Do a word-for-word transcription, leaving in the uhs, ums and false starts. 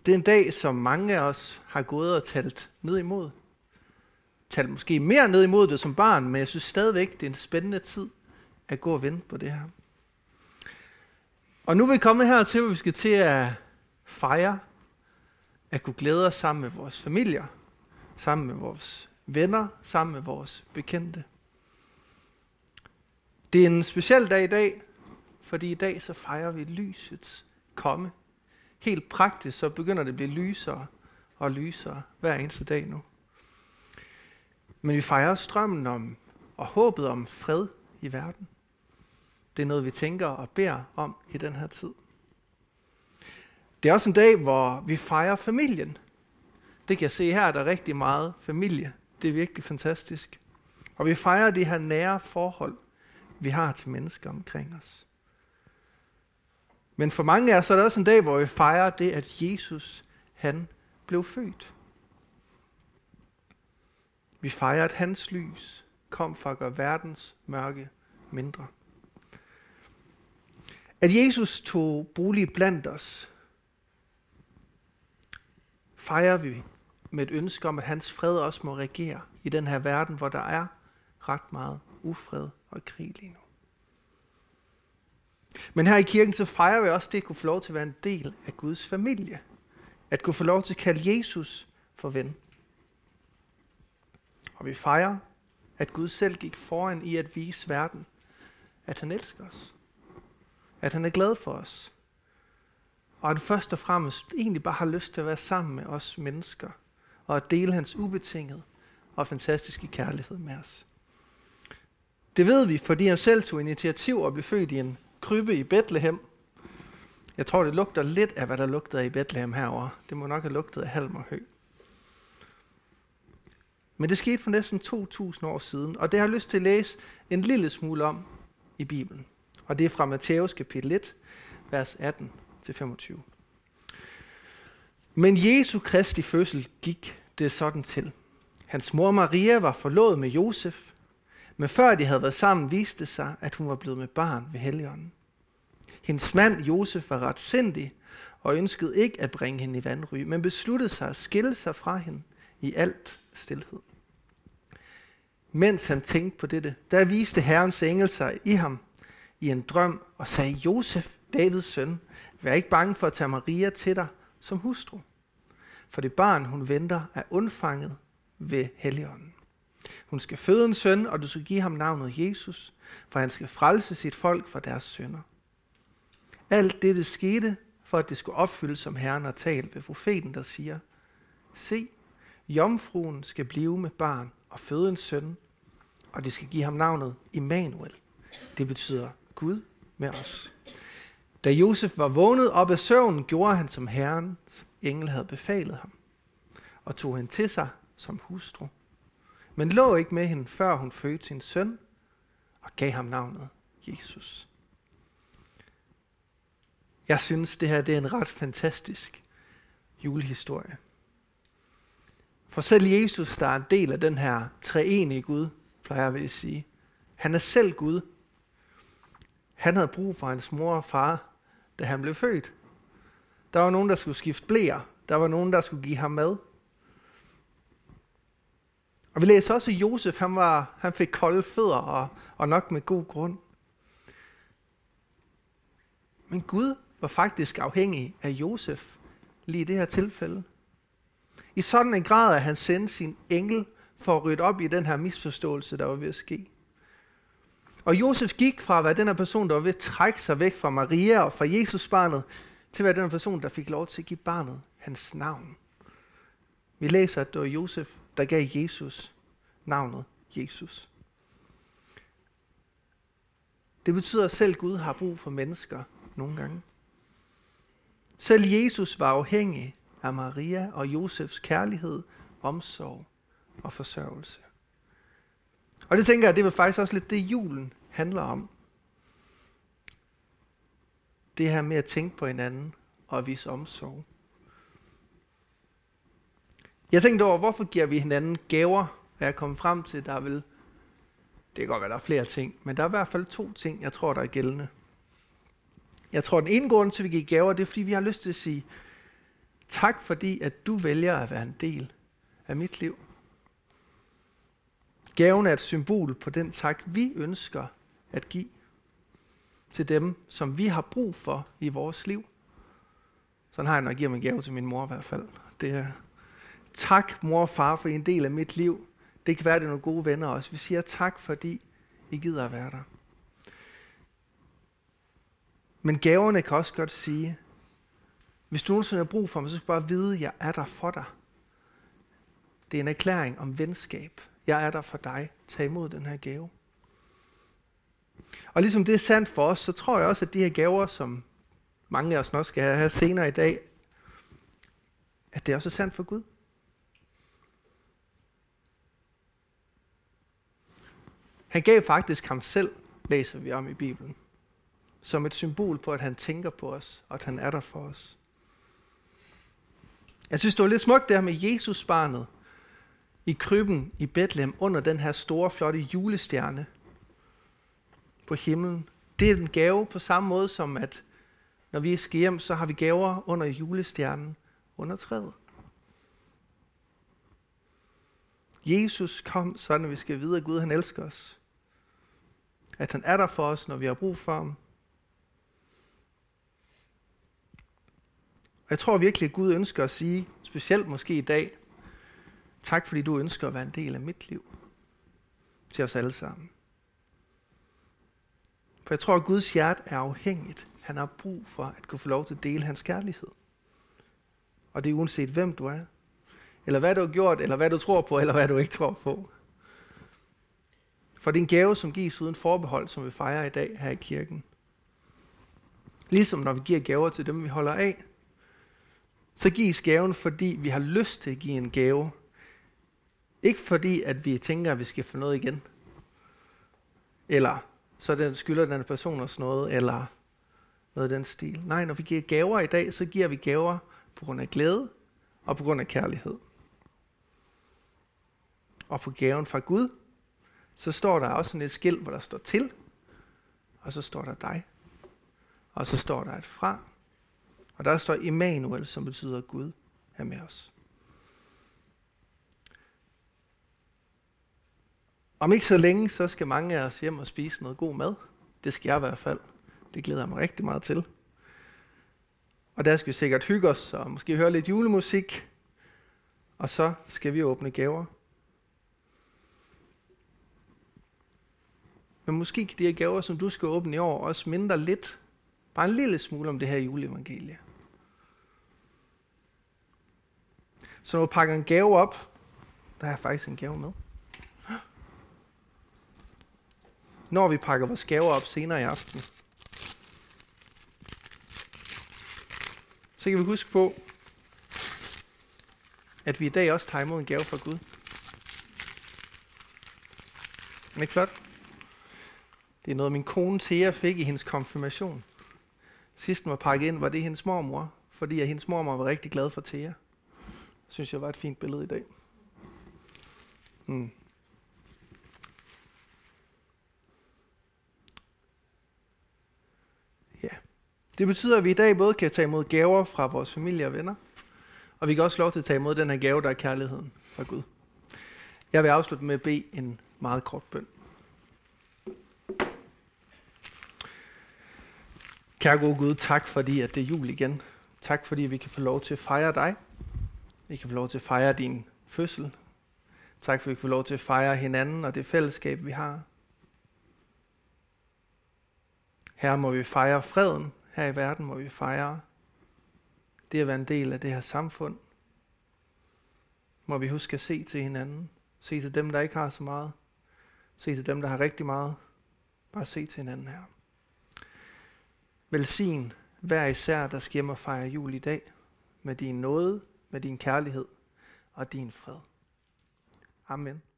Det er en dag, som mange af os har gået og talt ned imod. Talt måske mere ned imod det som barn, men jeg synes stadigvæk, det er en spændende tid at gå og vente på det her. Og nu er vi kommet hertil, hvor vi skal til at fejre, at kunne glæde os sammen med vores familier, sammen med vores venner, sammen med vores bekendte. Det er en speciel dag i dag, fordi i dag så fejrer vi lysets komme. Helt praktisk så begynder det at blive lysere og lysere hver eneste dag nu. Men vi fejrer strømmen om og håbet om fred i verden. Det er noget, vi tænker og beder om i den her tid. Det er også en dag, hvor vi fejrer familien. Det kan jeg se her, der er rigtig meget familie. Det er virkelig fantastisk. Og vi fejrer de her nære forhold, vi har til mennesker omkring os. Men for mange af os er det også en dag, hvor vi fejrer det, at Jesus, han blev født. Vi fejrer, at hans lys kom for at gøre verdens mørke mindre. At Jesus tog bolig blandt os, fejrer vi med et ønske om, at hans fred også må regere i den her verden, hvor der er ret meget ufred og krig lige nu. Men her i kirken, så fejrer vi også det at kunne få lov til at være en del af Guds familie. At kunne få lov til at kalde Jesus for ven. Og vi fejrer, at Gud selv gik foran i at vise verden, at han elsker os. At han er glad for os. Og at han først og fremmest egentlig bare har lyst til at være sammen med os mennesker. Og at dele hans ubetingede og fantastiske kærlighed med os. Det ved vi, fordi han selv tog initiativ og blev født i en krybbe i Bethlehem. Jeg tror, det lugter lidt af, hvad der lugtede af i Bethlehem herovre. Det må nok have lugtet af halm og hø. Men det skete for næsten to tusind år siden, og det har jeg lyst til at læse en lille smule om i Bibelen. Og det er fra Matthæus kapitel et, vers atten til femogtyve. Men Jesu Kristi fødsel gik det sådan til. Hans mor Maria var forlovet med Josef, men før de havde været sammen, viste det sig, at hun var blevet med barn ved Helligånden. Hendes mand Josef var retsindig og ønskede ikke at bringe hende i vanry, men besluttede sig at skille sig fra hende i alt stilhed. Mens han tænkte på dette, der viste Herrens engel sig i ham i en drøm og sagde, Josef, Davids søn, vær ikke bange for at tage Maria til dig som hustru, for det barn, hun venter, er undfanget ved Helligånden. Hun skal føde en søn, og du skal give ham navnet Jesus, for han skal frelse sit folk fra deres synder. Alt dette skete, for at det skulle opfyldes, som Herren har talt ved profeten, der siger, se, jomfruen skal blive med barn og føde en søn, og det skal give ham navnet Immanuel. Det betyder Gud med os. Da Josef var vågnet op af søvnen, gjorde han, som Herrens engel havde befalet ham, og tog hende til sig som hustru. Men lå ikke med hende, før hun fødte sin søn, og gav ham navnet Jesus. Jeg synes, det her det er en ret fantastisk julehistorie. For selv Jesus, der er en del af den her treenige Gud, plejer jeg ved at sige. Han er selv Gud. Han havde brug for hans mor og far, da han blev født. Der var nogen, der skulle skifte bleer. Der var nogen, der skulle give ham mad. Og vi læser også, at Josef han var, han fik kolde fødder, og, og nok med god grund. Men Gud var faktisk afhængig af Josef, lige i det her tilfælde. I sådan en grad, at han sendte sin engel for at rydde op i den her misforståelse, der var ved at ske. Og Josef gik fra at være den her person, der var ved at trække sig væk fra Maria og fra Jesus barnet, til at være den person, der fik lov til at give barnet hans navn. Vi læser, at det var Josef, der gav Jesus navnet Jesus. Det betyder, at selv Gud har brug for mennesker nogle gange. Selv Jesus var afhængig af Maria og Josefs kærlighed, omsorg og forsørgelse. Og det tænker jeg, det er faktisk også lidt det, julen handler om. Det her med at tænke på hinanden og at vise omsorg. Jeg tænkte over, hvorfor giver vi hinanden gaver? Jeg er kommet frem til, der er vel, det kan godt være, der er flere ting, men der er i hvert fald to ting, jeg tror, der er gældende. Jeg tror, den ene grund til, at vi giver gaver, det er, fordi vi har lyst til at sige Tak fordi, at du vælger at være en del af mit liv. Gaven er et symbol på den tak, vi ønsker at give til dem, som vi har brug for i vores liv. Sådan har jeg, når jeg giver min gave til min mor i hvert fald. Det er, tak mor og far, for I er en del af mit liv. Det kan være, det er nogle gode venner også. Vi siger tak, fordi I gider at være der. Men gaverne kan også godt sige, hvis du nogensinde har brug for mig, så skal du bare vide, at jeg er der for dig. Det er en erklæring om venskab. Jeg er der for dig. Tag imod den her gave. Og ligesom det er sandt for os, så tror jeg også, at de her gaver, som mange af os nok skal have senere i dag, at det også er sandt for Gud. Han gav faktisk ham selv, læser vi om i Bibelen, som et symbol på, at han tænker på os, og at han er der for os. Jeg synes, det var lidt smukt det her med Jesusbarnet i krybben i Betlehem under den her store, flotte julestjerne på himlen. Det er en gave på samme måde som, at når vi skal hjem, så har vi gaver under julestjernen under træet. Jesus kom, sådan at vi skal vide, at Gud han elsker os. At han er der for os, når vi har brug for ham. Og jeg tror virkelig, at Gud ønsker at sige, specielt måske i dag, tak fordi du ønsker at være en del af mit liv. Til os alle sammen. For jeg tror, at Guds hjerte er afhængigt. Han har brug for at kunne få lov til at dele hans kærlighed. Og det er uanset hvem du er. Eller hvad du har gjort, eller hvad du tror på, eller hvad du ikke tror på. For det er en gave, som gives uden forbehold, som vi fejrer i dag her i kirken. Ligesom når vi giver gaver til dem, vi holder af, så gives gaven, fordi vi har lyst til at give en gave. Ikke fordi, at vi tænker, at vi skal få noget igen. Eller så den skylder den person os noget, eller noget af den stil. Nej, når vi giver gaver i dag, så giver vi gaver på grund af glæde og på grund af kærlighed. Og på gaven fra Gud, så står der også sådan et skilt, hvor der står til, og så står der dig, og så står der et fra, og der står Immanuel, som betyder Gud er med os. Om ikke så længe, så skal mange af os hjem og spise noget god mad. Det skal jeg i hvert fald. Det glæder jeg mig rigtig meget til. Og der skal vi sikkert hygge os, og måske høre lidt julemusik. Og så skal vi åbne gaver. Men måske kan de her gaver, som du skal åbne i år, også mindre lidt. Bare en lille smule om det her juleevangelie. Så når du pakker en gave op, der har jeg faktisk en gave med. Når vi pakker vores gaver op senere i aften, så kan vi huske på, at vi i dag også tager imod en gave fra Gud. Er det ikke flot? Det er noget, min kone Thea fik i hendes konfirmation. Sidst den var pakket ind, var det hendes mormor, fordi at hendes mormor var rigtig glad for Thea. Det synes jeg var et fint billede i dag. Hmm. Ja. Det betyder, at vi i dag både kan tage imod gaver fra vores familie og venner, og vi kan også lov til at tage imod den her gave, der er kærligheden fra Gud. Jeg vil afslutte med at bede en meget kort bøn. Kære gode Gud, tak fordi at det er jul igen. Tak fordi vi kan få lov til at fejre dig. Vi kan få lov til at fejre din fødsel. Tak fordi vi kan få lov til at fejre hinanden og det fællesskab, vi har. Her må vi fejre freden. Her i verden må vi fejre det at være en del af det her samfund. Må vi huske at se til hinanden. Se til dem, der ikke har så meget. Se til dem, der har rigtig meget. Bare se til hinanden her. Velsign hver især, der skal hjem og fejre jul i dag, med din nåde, med din kærlighed og din fred. Amen.